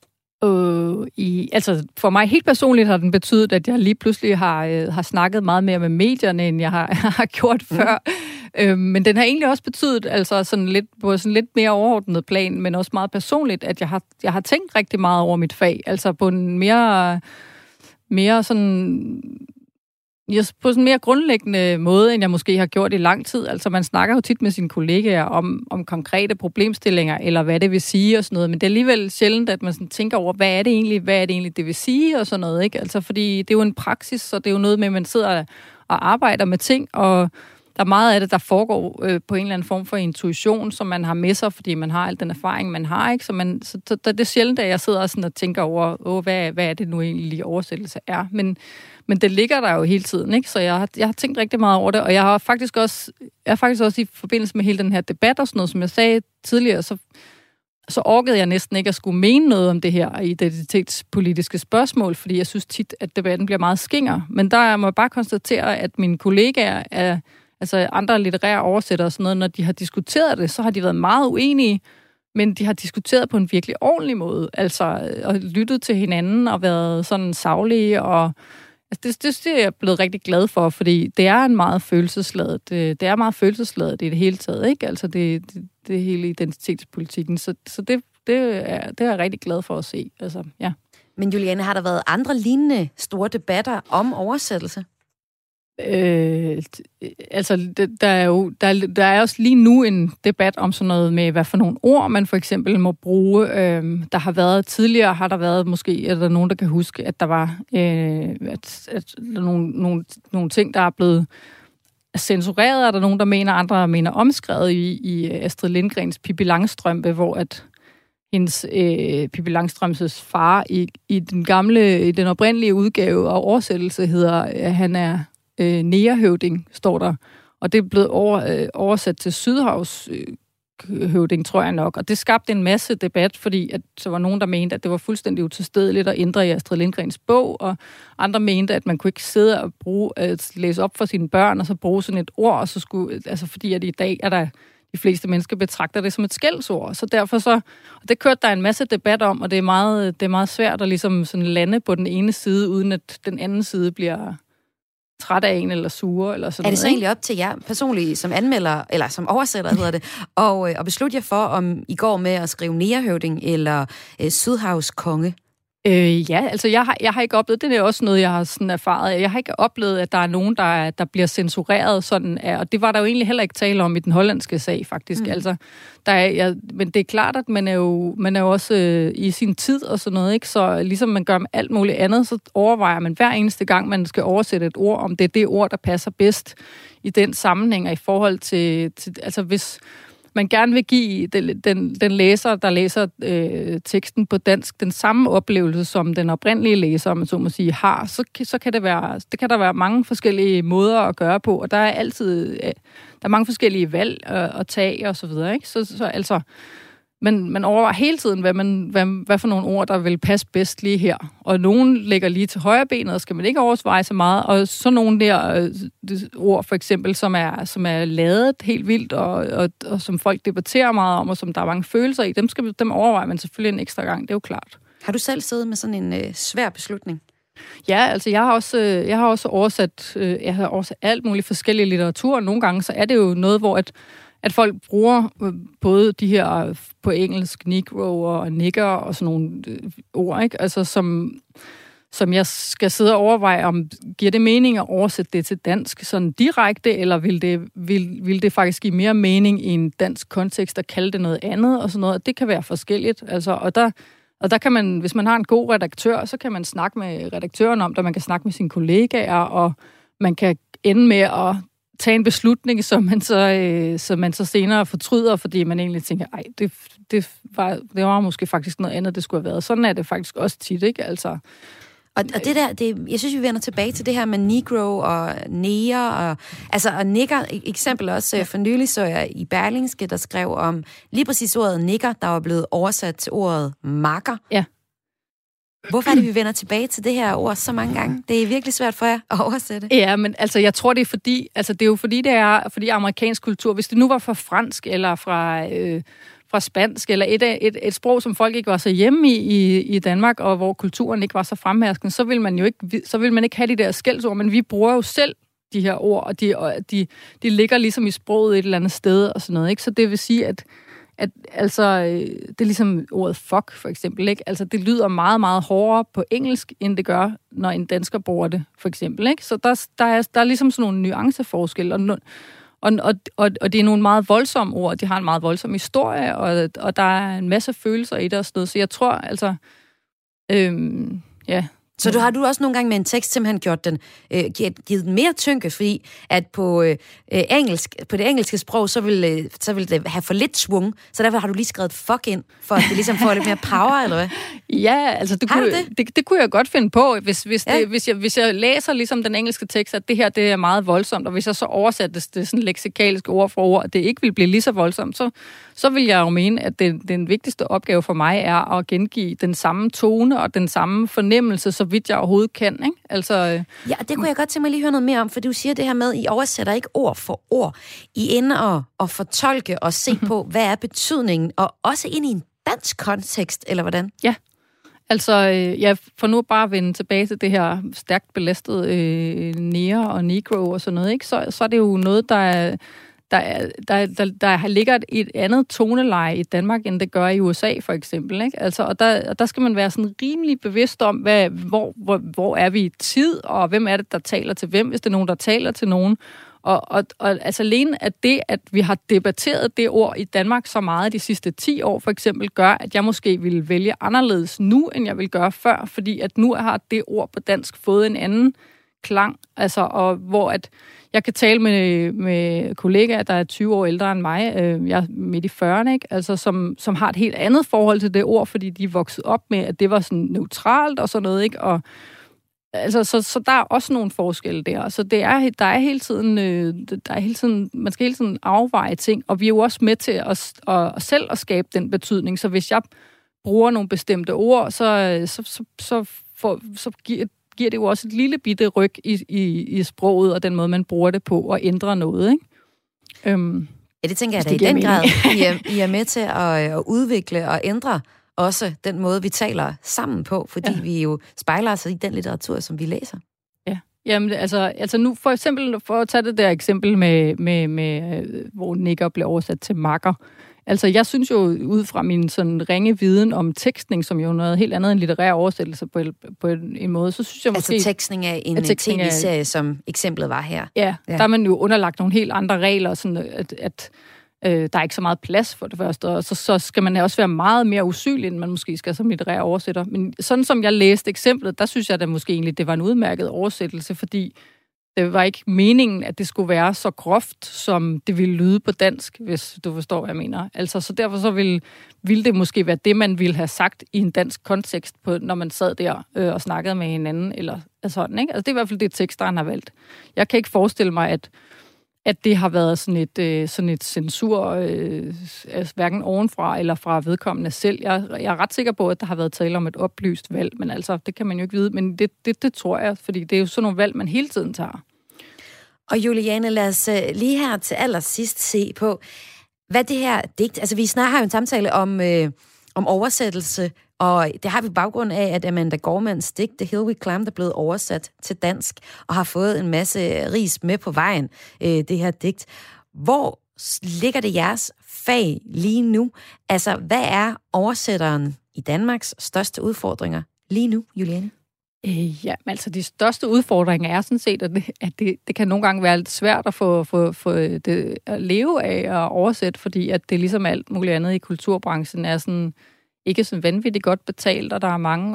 For mig helt personligt har den betydet, at jeg lige pludselig har snakket meget mere med medierne, end jeg har gjort før. Men den har egentlig også betydet, altså på sådan lidt mere overordnet plan, men også meget personligt, at jeg har tænkt rigtig meget over mit fag. Altså på en mere sådan på sådan en mere grundlæggende måde, end jeg måske har gjort i lang tid. Altså man snakker jo tit med sine kollegaer om konkrete problemstillinger, eller hvad det vil sige og sådan noget, men det er alligevel sjældent, at man sådan tænker over, hvad er det egentlig, det vil sige og sådan noget, ikke? Altså fordi det er jo en praksis, så det er jo noget med, at man sidder og arbejder med ting, og der er meget af det, der foregår på en eller anden form for intuition, som man har med sig, fordi man har al den erfaring, man har, ikke? Så det er sjældent, at jeg sidder sådan og tænker over, hvad er det nu egentlig oversættelse er, men det ligger der jo hele tiden, ikke? Så jeg har tænkt rigtig meget over det, og jeg har faktisk også i forbindelse med hele den her debat og sådan noget, som jeg sagde tidligere, så orkede jeg næsten ikke at skulle mene noget om det her identitetspolitiske spørgsmål, fordi jeg synes tit, at debatten bliver meget skinger. Men der må jeg bare konstatere, at mine kollegaer altså andre litterære oversættere og sådan noget, når de har diskuteret det, så har de været meget uenige, men de har diskuteret på en virkelig ordentlig måde, altså og lyttet til hinanden og været sådan saglige, og det er jeg blevet rigtig glad for, fordi det er meget følelsesladet i det hele taget, ikke? Altså det hele identitetspolitikken, så det er jeg rigtig glad for at se, altså ja. Men Juliane, har der været andre lignende store debatter om oversættelse? Der er også lige nu en debat om sådan noget med, hvad for nogle ord man for eksempel må bruge. Der har været tidligere, måske er der nogen, der kan huske, at der var nogle ting, der er blevet censureret, er der nogen, der mener, andre mener omskrevet i Astrid Lindgrens Pippi Langstrømpe, hvor at hendes Pippi Langstrømses far i den oprindelige udgave og oversættelse hedder, han er negerhøvding, står der. Og det er blevet oversat til sydhavshøvding, tror jeg nok. Og det skabte en masse debat, fordi at så var nogen, der mente, at det var fuldstændig utilstedeligt at ændre i Astrid Lindgrens bog, og andre mente, at man kunne ikke sidde og læse op for sine børn, og så bruge sådan et ord, og så skulle, altså fordi at i dag er der de fleste mennesker betragter det som et skældsord. Så derfor og det kørte der en masse debat om, og det er meget svært at ligesom sådan lande på den ene side, uden at den anden side bliver træt af en eller sure eller sådan noget. Er det så egentlig op til jer personligt som anmelder, eller som oversætter hedder det, og beslutte jer for, om I går med at skrive negerhøvding eller sydhavskonge? Ja, altså jeg har ikke oplevet, det er også noget, jeg har sådan erfaret. Jeg har ikke oplevet, at der er nogen, der bliver censureret sådan af, og det var der jo egentlig heller ikke tale om i den hollandske sag, faktisk. Altså, men det er klart, at man er jo også i sin tid og sådan noget, ikke? Så ligesom man gør med alt muligt andet, så overvejer man hver eneste gang, man skal oversætte et ord, om det er det ord, der passer bedst i den sammenhæng, og i forhold til altså hvis man gerne vil give den læser, der læser teksten på dansk, den samme oplevelse, som den oprindelige læser, man så må sige, har, så kan der være mange forskellige måder at gøre på, og der er mange forskellige valg at tage og så videre, ikke? Så altså, man overvejer hele tiden, hvad for nogle ord, der vil passe bedst lige her. Og nogen ligger lige til højre benet, og skal man ikke overveje så meget. Og så nogle der ord, for eksempel, som er ladet helt vildt, og som folk debatterer meget om, og som der er mange følelser i, dem overvejer man selvfølgelig en ekstra gang, det er jo klart. Har du selv siddet med sådan en svær beslutning? Ja, altså jeg har også oversat alt muligt forskellige litteratur, og nogle gange så er det jo noget, hvor at folk bruger både de her på engelsk negro og nigger og sådan nogle ord, ikke? Altså som jeg skal sidde og overveje, om giver det mening at oversætte det til dansk sådan direkte, eller vil det faktisk give mere mening i en dansk kontekst at kalde det noget andet og sådan noget. Det kan være forskelligt. Altså, og der kan man, hvis man har en god redaktør, så kan man snakke med redaktøren om det, man kan snakke med sine kollegaer, og man kan ende med at tage en beslutning, som man så senere fortryder, fordi man egentlig tænker, ej, det var måske faktisk noget andet, det skulle have været. Sådan er det faktisk også tit, ikke? Altså, og det der, jeg synes, vi vender tilbage til det her med negro og neger, og nigger, eksempel også for nylig så jeg i Berlingske, der skrev om lige præcis ordet nigger, der var blevet oversat til ordet makker. Ja. Hvorfor er det, vi vender tilbage til det her ord så mange gange? Det er virkelig svært for jer at oversætte. Ja, men altså, jeg tror, det er fordi, det er fordi amerikansk kultur, hvis det nu var fra fransk eller fra spansk, eller et sprog, som folk ikke var så hjemme i Danmark, og hvor kulturen ikke var så fremherskende, så vil man ikke have de der skældsord, men vi bruger jo selv de her ord, og de ligger ligesom i sproget et eller andet sted, og sådan noget, ikke? Så det vil sige, at altså, det er ligesom ordet fuck, for eksempel, ikke? Altså, det lyder meget, meget hårdere på engelsk, end det gør, når en dansker bruger det, for eksempel, ikke? Så der er ligesom sådan nogle nuanceforskelle, og det er nogle meget voldsomme ord, de har en meget voldsom historie, og der er en masse følelser i det og sådan noget, så jeg tror, altså, ja. Så har du også nogle gange med en tekst simpelthen givet den mere tyngde, fordi at på det engelske sprog, så vil det have for lidt svung, så derfor har du lige skrevet fuck ind, for at det ligesom får lidt mere power, eller hvad? Ja, altså det kunne jeg godt finde på, hvis jeg læser ligesom den engelske tekst, at det her, det er meget voldsomt, og hvis jeg så oversætter det sådan leksikaliske ord for ord, at det ikke vil blive lige så voldsomt, så vil jeg jo mene, at den vigtigste opgave for mig er at gengive den samme tone og den samme fornemmelse, så vidt jeg overhovedet kan, ikke? Altså, ja, det kunne jeg godt tænke mig lige høre noget mere om, for du siger det her med, I oversætter ikke ord for ord. I ender og fortolke og se på, hvad er betydningen, og også ind i en dansk kontekst, eller hvordan? Ja, altså, for nu bare at vende tilbage til det her stærkt belastede neger og negro og sådan noget, ikke? Så er det jo noget, der der ligger et andet toneleje i Danmark, end det gør i USA, for eksempel. Ikke? Altså, og der skal man være sådan rimelig bevidst om, hvor er vi i tid, og hvem er det, der taler til hvem, hvis det er nogen, der taler til nogen. Og altså alene at det, at vi har debatteret det ord i Danmark så meget de sidste 10 år, for eksempel, gør, at jeg måske ville vælge anderledes nu, end jeg ville gøre før, fordi at nu har det ord på dansk fået en anden klang, altså, og hvor at jeg kan tale med kollegaer, der er 20 år ældre end mig, jeg er midt i 40'erne, ikke? Altså, som har et helt andet forhold til det ord, fordi de er vokset op med, at det var sådan neutralt og sådan noget, ikke? Og altså, så der er også nogle forskelle der. Så der er hele tiden, man skal hele tiden afveje ting, og vi er jo også med til at selv at skabe den betydning. Så hvis jeg bruger nogle bestemte ord, så giver det jo også et lille bitte ryg i sproget, og den måde, man bruger det på, og ændre noget, ikke? Ja, det tænker jeg da i den grad. I er med til at udvikle og ændre også den måde, vi taler sammen på, fordi vi jo spejler os i den litteratur, som vi læser. Ja, jamen altså nu for eksempel, for at tage det der eksempel med hvor nigger blev oversat til makker. Altså jeg synes jo, ud fra min sådan ringe viden om tekstning, som jo er noget helt andet end litterær oversættelse på en måde, så synes jeg måske... Altså tekstning af en tv-serie, som eksemplet var her. Ja, der er man jo underlagt nogle helt andre regler, sådan at der er ikke så meget plads for det første, og så skal man også være meget mere usynlig, end man måske skal som litterær oversætter. Men sådan som jeg læste eksemplet, der synes jeg da måske egentlig, det var en udmærket oversættelse, fordi det var ikke meningen, at det skulle være så groft, som det ville lyde på dansk, hvis du forstår, hvad jeg mener. Altså, så derfor så ville det måske være det, man ville have sagt i en dansk kontekst, når man sad der og snakkede med hinanden, eller sådan, ikke? Altså, det er i hvert fald det tekst, han har valgt. Jeg kan ikke forestille mig, at det har været sådan et censur, altså hverken ovenfra eller fra vedkommende selv. Jeg er ret sikker på, at der har været tale om et oplyst valg, men altså, det kan man jo ikke vide. Men det tror jeg, fordi det er jo sådan nogle valg, man hele tiden tager. Og Juliane, lad os lige her til allersidst se på, hvad det her digt... Altså, vi har jo en samtale om oversættelse, og det har vi baggrund af, at Amanda Gormans digt, The Hill We Climbed, er blevet oversat til dansk, og har fået en masse ris med på vejen, det her digt. Hvor ligger det jeres fag lige nu? Altså, hvad er oversætteren i Danmarks største udfordringer lige nu, Juliane? Ja, men altså de største udfordringer er sådan set, at det kan nogle gange være lidt svært at få det at leve af og oversætte, fordi at det ligesom alt muligt andet i kulturbranchen er sådan ikke sådan vanvittigt godt betalt, og der er mange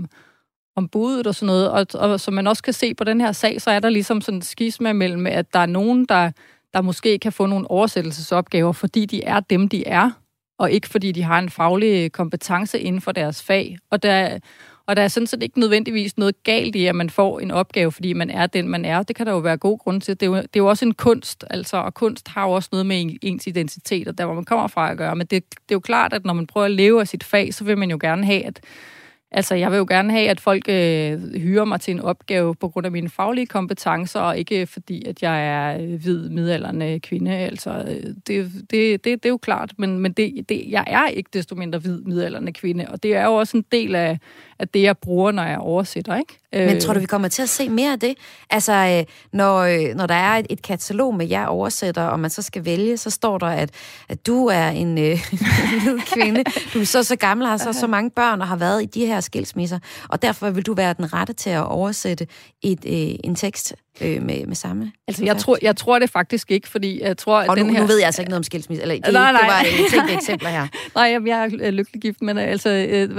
om budet og sådan noget. Og som man også kan se på den her sag, så er der ligesom sådan et skisma mellem, at der er nogen, der måske kan få nogle oversættelsesopgaver, fordi de er dem, de er, og ikke fordi de har en faglig kompetence inden for deres fag. Og der er sådan set ikke nødvendigvis noget galt i, at man får en opgave, fordi man er den, man er. Det kan der jo være god grund til. Det er jo også en kunst, altså, og kunst har jo også noget med ens identitet, og der, hvor man kommer fra at gøre. Men det er jo klart, at når man prøver at leve af sit fag, så vil man jo gerne have, jeg vil jo gerne have, at folk hyrer mig til en opgave på grund af mine faglige kompetencer, og ikke fordi, at jeg er hvid, midaldrende kvinde. Altså, det er jo klart, men jeg er ikke desto mindre hvid, midaldrende kvinde, og det er jo også en del af det, jeg bruger, når jeg oversætter, ikke? Men tror du, vi kommer til at se mere af det? Altså, når der er et katalog med jer oversætter, og man så skal vælge, så står der, at du er en hvid kvinde, du er så gammel, har så mange børn, og har været i de her skilsmisser, og derfor vil du være den rette til at oversætte en tekst med samme. Altså, jeg tror det faktisk ikke, fordi jeg tror... Og nu ved jeg altså ikke noget om skilsmisse, eller det var et tænkt eksempler her. Nej, jeg er lykkelig gift, men altså,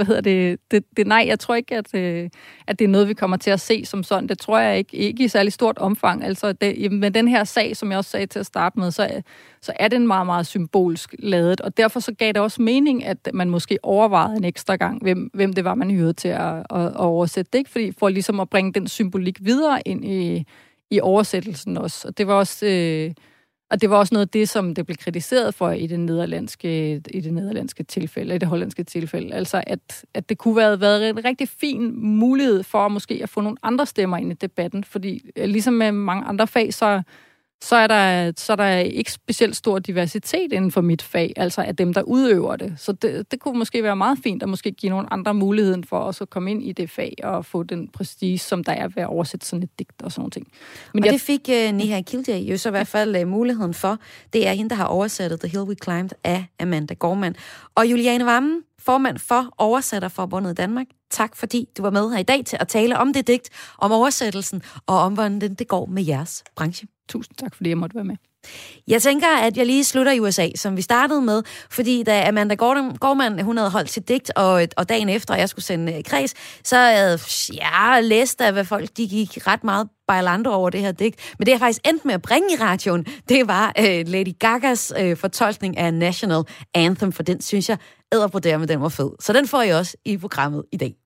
nej, jeg tror ikke, at det er noget, vi kommer til at se som sådan. Det tror jeg ikke i særlig stort omfang. Altså, med den her sag, som jeg også sagde til at starte med, så er den meget, meget symbolsk ladet, og derfor så gav det også mening, at man måske overvejede en ekstra gang, hvem det var, man hyrede til at oversætte det, ikke? Fordi for ligesom at bringe den symbolik videre ind i oversættelsen også. Og det var også noget af det, som det blev kritiseret for i det nederlandske tilfælde, i det hollandske tilfælde. Altså, at det kunne være en rigtig fin mulighed for måske at få nogle andre stemmer ind i debatten, fordi ligesom med mange andre fag, så så er der ikke specielt stor diversitet inden for mit fag, altså af dem, der udøver det. Så det kunne måske være meget fint at måske give nogle andre muligheden for også at komme ind i det fag og få den prestige, som der er ved at oversætte sådan et digt og sådan noget. Men det fik Neha Kildea jo så i hvert fald muligheden for. Det er hende, der har oversat The Hill We Climbed af Amanda Gorman. Og Juliane Wammen, formand for Oversætterforbundet Danmark. Tak fordi du var med her i dag til at tale om det digt, om oversættelsen og om, hvordan det går med jeres branche. Tusind tak, fordi jeg måtte være med. Jeg tænker, at jeg lige slutter i USA, som vi startede med, fordi da Amanda Gorman, hun havde holdt sit digt, og dagen efter, jeg skulle sende kreds, så jeg læste af, hvad folk de gik ret meget bailando over det her digt. Men det, jeg faktisk endte med at bringe i radioen, det var Lady Gagas fortolkning af National Anthem, for den synes jeg eddervurderer med, den var fed. Så den får I også i programmet i dag.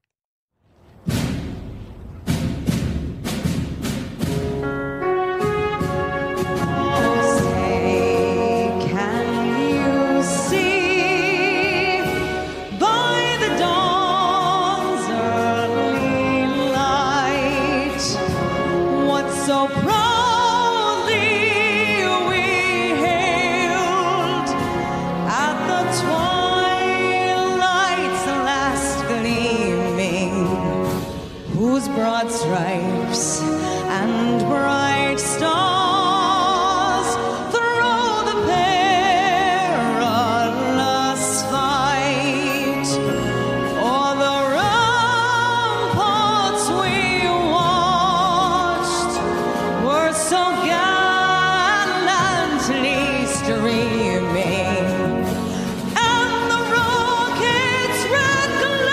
Broad stripes and bright stars through the perilous fight, o'er the ramparts we watched were so gallantly streaming, and the rockets red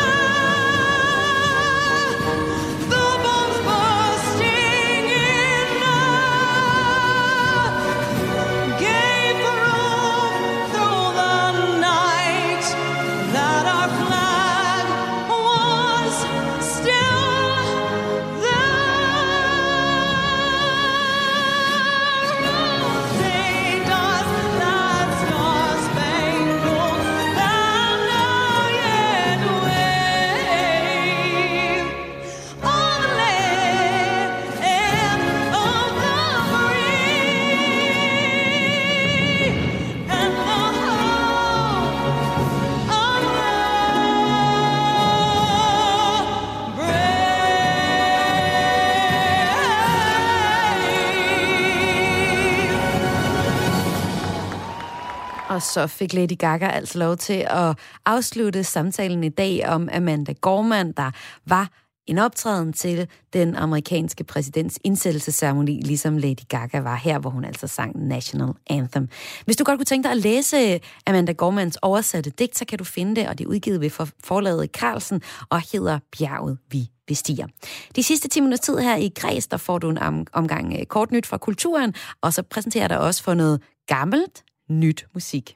Og så fik Lady Gaga altså lov til at afslutte samtalen i dag om Amanda Gorman, der var en optræden til den amerikanske præsidents indsættelsesceremoni, ligesom Lady Gaga var her, hvor hun altså sang National Anthem. Hvis du godt kunne tænke dig at læse Amanda Gormans oversatte digt, så kan du finde det, og det er udgivet ved forlaget Carlsen og hedder Bjerget vi bestiger. De sidste 10 minutters tid her i Græs, der får du en omgang kort nyt fra kulturen, og så præsenterer jeg dig også for noget gammelt, nyt musik.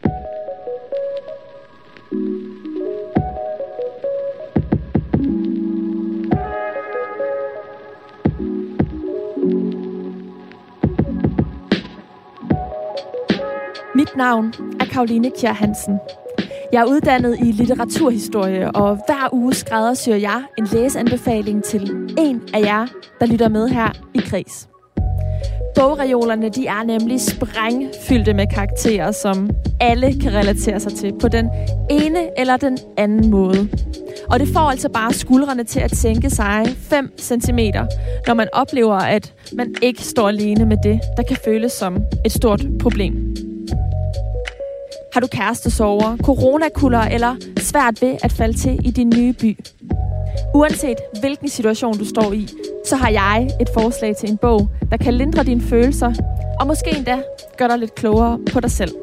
Mit navn er Caroline Kjær Hansen. Jeg er uddannet i litteraturhistorie, og hver uge skræddersyr jeg en læseanbefaling til en af jer, der lytter med her i Græs. Bogreolerne, de er nemlig sprængfyldte med karakterer, som alle kan relatere sig til på den ene eller den anden måde. Og det får altså bare skuldrene til at sænke sig 5 centimeter, når man oplever, at man ikke står alene med det, der kan føles som et stort problem. Har du kærestesorger, coronakulder eller svært ved at falde til i din nye by? Uanset hvilken situation du står i, så har jeg et forslag til en bog, der kan lindre dine følelser, og måske endda gøre dig lidt klogere på dig selv.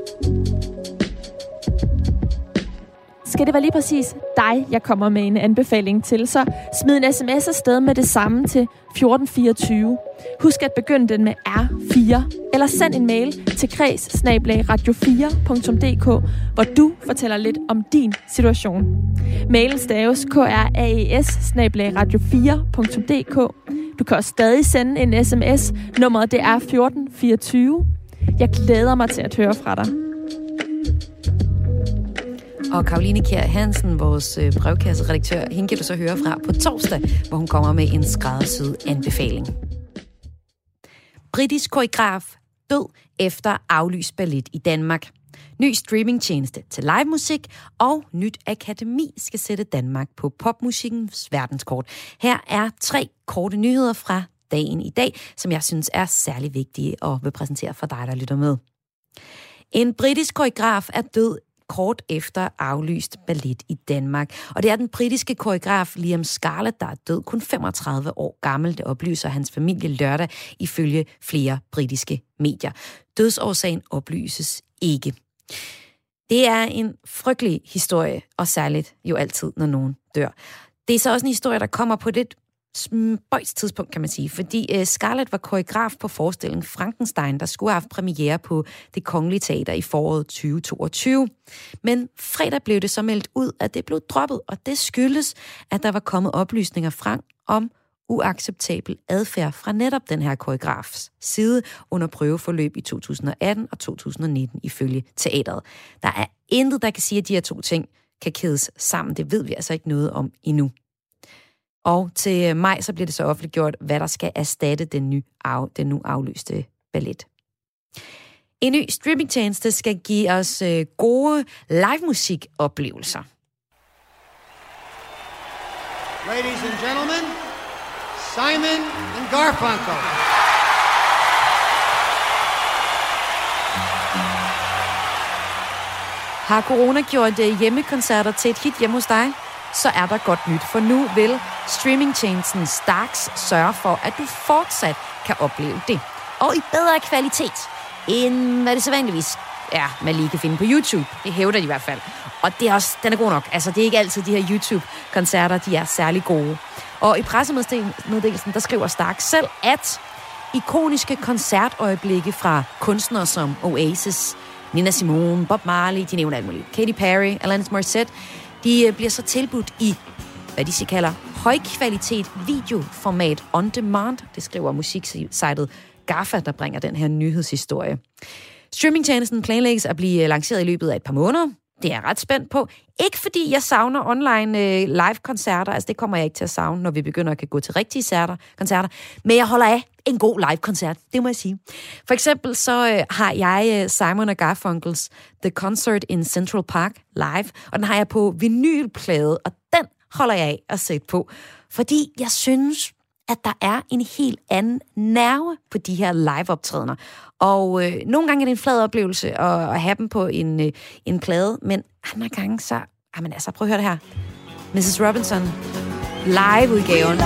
Skal det være lige præcis dig, jeg kommer med en anbefaling til, så smid en sms afsted med det samme til 1424. Husk at begynde den med R4, eller send en mail til kreds@radio4.dk, hvor du fortæller lidt om din situation. Mailen staves kraes@radio4.dk. Du kan også stadig sende en sms. Nummeret det er 1424. Jeg glæder mig til at høre fra dig. Og Caroline Kjær Hansen, vores brevkasseredaktør, hende kan du så høre fra på torsdag, hvor hun kommer med en skræddersyet anbefaling. Britisk koreograf død efter aflyst ballet i Danmark. Ny streamingtjeneste til livemusik og nyt akademi skal sætte Danmark på popmusikkens verdenskort. Her er 3 korte nyheder fra dagen i dag, som jeg synes er særlig vigtige og vil præsentere for dig, der lytter med. En britisk koreograf er død kort efter aflyst ballet i Danmark. Og det er den britiske koreograf Liam Scarlett, der er død, kun 35 år gammel. Det oplyser hans familie lørdag ifølge flere britiske medier. Dødsårsagen oplyses ikke. Det er en frygtelig historie, og særligt jo altid, når nogen dør. Det er så også en historie, der kommer på lidt spøjs tidspunkt, kan man sige, fordi Scarlett var koreograf på forestillingen Frankenstein, der skulle have haft premiere på Det Kongelige Teater i foråret 2022. Men fredag blev det så meldt ud, at det blev droppet, og det skyldes, at der var kommet oplysninger frem om uacceptabel adfærd fra netop den her koreografs side under prøveforløb i 2018 og 2019 ifølge teateret. Der er intet, der kan sige, at de her 2 ting kan kædes sammen. Det ved vi altså ikke noget om endnu. Og til maj så bliver det så offentliggjort, hvad der skal erstatte den nu aflyste ballet. En ny streamingtjeneste skal give os gode livemusikoplevelser. Ladies and gentlemen, Simon and Garfunkel. Har corona gjort hjemmekoncerter til et hit hjemme hos dig? Så er der godt nyt, for nu vil streamingtjenesten Stax sørge for, at du fortsat kan opleve det. Og i bedre kvalitet, end hvad det sædvanligvis er, man lige kan finde på YouTube. Det hævder de i hvert fald. Og det er også, den er god nok. Altså, det er ikke altid de her YouTube-koncerter, de er særlig gode. Og i pressemeddelelsen, der skriver Stax selv, at ikoniske koncertøjeblikke fra kunstnere som Oasis, Nina Simone, Bob Marley, de nævner alt muligt, Katy Perry, Alanis Morissette, de bliver så tilbudt i, hvad de kalder, højkvalitet videoformat on demand. Det skriver musiksitet GAFFA, der bringer den her nyhedshistorie. Streamingtjenesten planlægges at blive lanceret i løbet af et par måneder. Det er jeg ret spændt på. Ikke fordi jeg savner online live-koncerter, altså det kommer jeg ikke til at savne, når vi begynder at kan gå til rigtige koncerter, men jeg holder af en god live-koncert, det må jeg sige. For eksempel så har jeg Simon & Garfunkels The Concert in Central Park live, og den har jeg på vinylplade, og den holder jeg af at sætte på, fordi jeg synes, at der er en helt anden nerve på de her live-optrædener. Og nogle gange er det en flad oplevelse at have dem på en plade, men andre gange så... Jamen altså, prøv at høre det her. Mrs. Robinson, live-udgaven.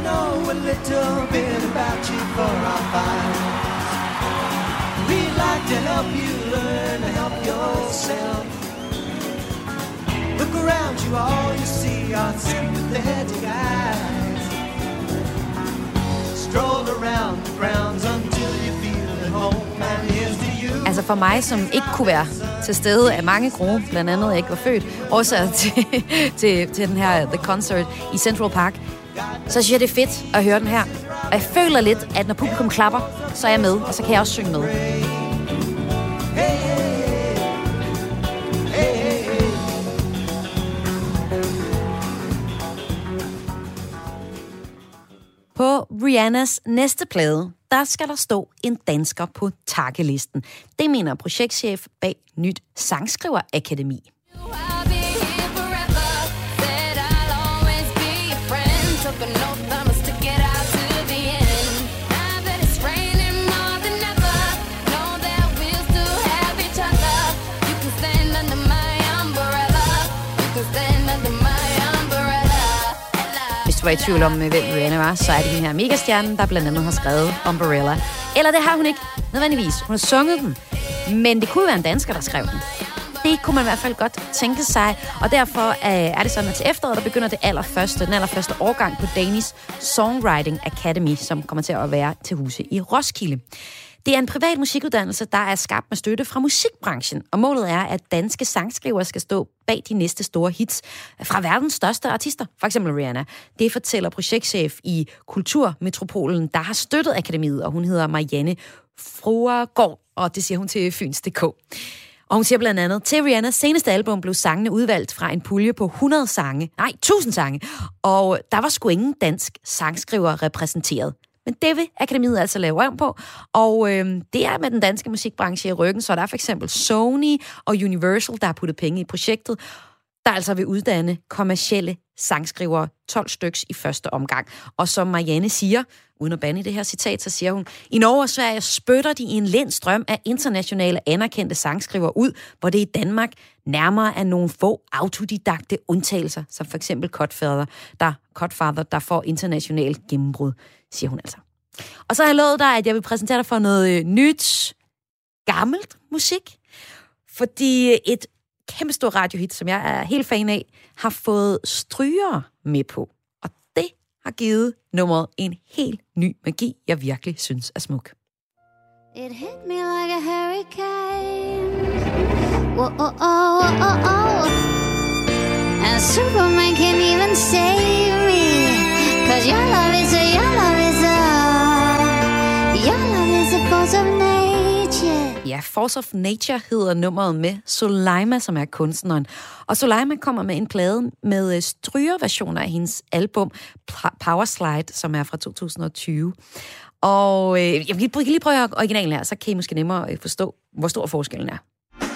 Look around you, all you see are sympathetic eyes. Stroll around the grounds until you feel at home, and here's to you. Altså for mig, som ikke kunne være til stede af mange grunde, blandt andet jeg ikke var født, også til den her The Concert i Central Park, så synes jeg, det er fedt at høre den her. Og jeg føler lidt, at når publikum klapper, så er jeg med, og så kan jeg også synge med. På Rihannas næste plade, der skal der stå en dansker på takkelisten. Det mener projektchef bag Nyt Sangskriverakademi. Var i tvivl om, hvem Rihanna var, så er det den her megastjerne, der blandt andet har skrevet Umbrella. Eller det har hun ikke nødvendigvis. Hun har sunget den. Men det kunne være en dansker, der skrev den. Det kunne man i hvert fald godt tænke sig. Og derfor er det sådan, at til efteråret, der begynder den allerførste årgang på Danish Songwriting Academy, som kommer til at være til huse i Roskilde. Det er en privat musikuddannelse, der er skabt med støtte fra musikbranchen, og målet er, at danske sangskrivere skal stå bag de næste store hits fra verdens største artister, for eksempel Rihanna. Det fortæller projektchef i Kulturmetropolen, der har støttet akademiet, og hun hedder Marianne Fruergaard, og det siger hun til Fyns.dk. Og hun siger blandt andet, til Rihannas seneste album blev sangene udvalgt fra en pulje på 1000 sange, og der var sgu ingen dansk sangskriver repræsenteret. Men det vil Akademiet altså lave om på, og det er med den danske musikbranche i ryggen, så der er for eksempel Sony og Universal, der har puttet penge i projektet, der altså vil uddanne kommercielle sangskrivere, 12 styks i første omgang. Og som Marianne siger, uden at bande i det her citat, så siger hun, i Norge og Sverige spytter de i en lind strøm af internationale anerkendte sangskrivere ud, hvor det i Danmark nærmere er nogle få autodidakte undtagelser, som for eksempel Cutfather, der får international gennembrud, siger hun altså. Og så har jeg lovet dig, at jeg vil præsentere dig for noget nyt, gammelt musik, fordi et kæmpestort radiohit, som jeg er helt fan af, har fået strygere med på. Og det har givet nummeret en helt ny magi, jeg virkelig synes er smuk. It hit me like a hurricane. Whoa, oh, oh, oh, oh. And Superman can't even save me. 'Cause your love is a force of nature. Ja, Force of Nature hedder nummeret med Soleima, som er kunstneren. Og Soleima kommer med en plade med strygerversioner af hendes album Power Slide, som er fra 2020. Og jeg kan lige prøve at originalen her, så kan I måske nemmere forstå, hvor stor forskellen er.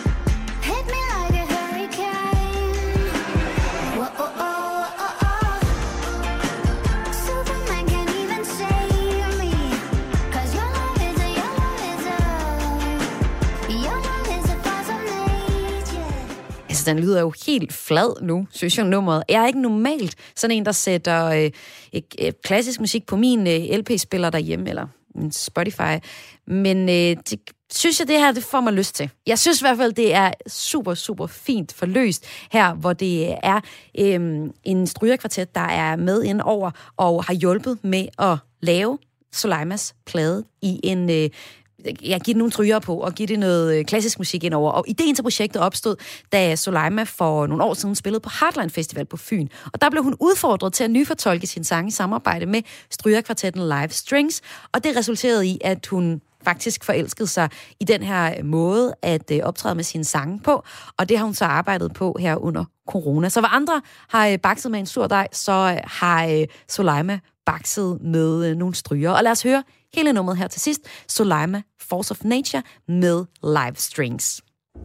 Den lyder jo helt flad nu, synes jeg, nummeret. Jeg er ikke normalt sådan en, der sætter klassisk musik på min LP-spiller derhjemme, eller min Spotify. Men det synes jeg, det får mig lyst til. Jeg synes i hvert fald, det er super, super fint forløst her, hvor det er en strygerkvartet, der er med ind over og har hjulpet med at lave Soleimas plade i en... Jeg giver nogle stryger på og giver det noget klassisk musik indover. Og ideen til projektet opstod, da Soleima for nogle år siden spillede på Heartland Festival på Fyn. Og der blev hun udfordret til at nyfortolke sin sang i samarbejde med strygerkvartetten Live Strings. Og det resulterede i, at hun faktisk forelskede sig i den her måde at optræde med sine sange på. Og det har hun så arbejdet på her under corona. Så hvad andre har bakset med en sur dej, så har Soleima bakset med nogle stryger. Og lad os høre hele nummeret her til sidst. Soleima, Force of Nature med Live Strings.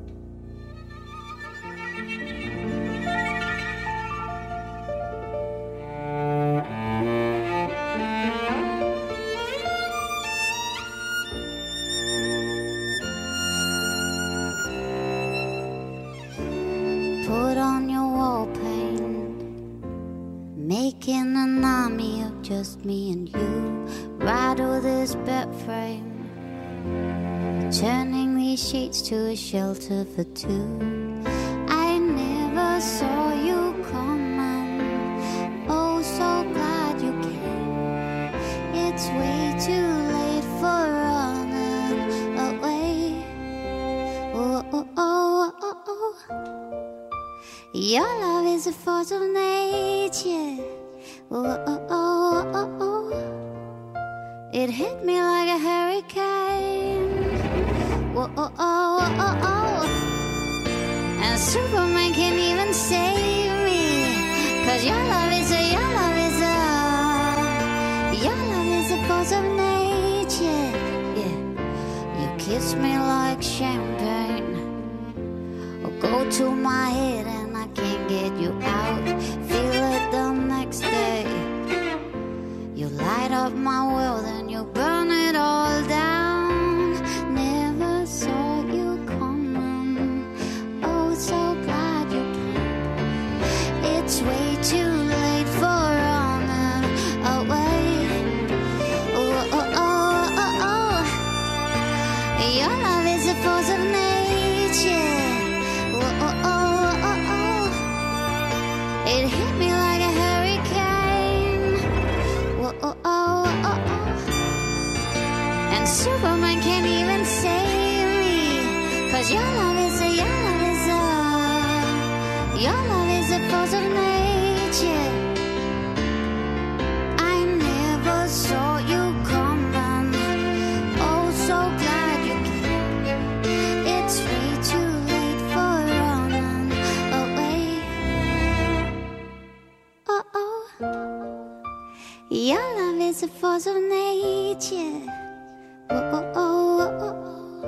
Put on your wall paint, making an army of just me and you. Rattle this bed frame, turning these sheets to a shelter for two. I never saw you coming, oh so glad you came. It's way too late for running away. Oh, oh, oh, oh, oh. Your love is a force of nature. Oh, oh, oh, oh, oh. It hit me like a hurricane. Whoa, oh, oh, oh, oh. And Superman can't even save me. 'Cause your love is a force of nature. Yeah, you kiss me like champagne. Or go to my head and I can't get you out. Feel it the next day. You light up my world and you burn it all down. Never saw you coming. Oh, so glad you came. It's way too late for running away. Oh, oh, oh, oh, oh. Your love is a force of nature. Oh, oh, oh, oh, oh. It hit me like a hurricane. Oh, oh, oh, oh, oh. And Superman can't even save me. 'Cause your love is a force of nature. I never saw you coming. Oh, so glad you came. It's way too late for running away. Oh, oh. Your love is a force of nature. Oh, oh, oh, oh, oh.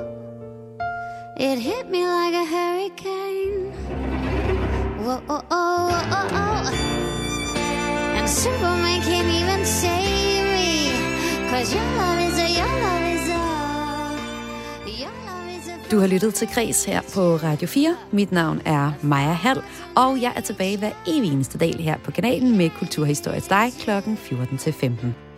It hit me like a hurricane. Whoa, oh, oh, oh, oh. And Superman can't even save me. 'Cause your love is a, your love is a, your love is a... Du har lyttet til Kres her på Radio 4. Mit navn er Maja Hall, og jeg er tilbage hver evig eneste dag her på kanalen med Kulturhistorie til dig kl. 14-15.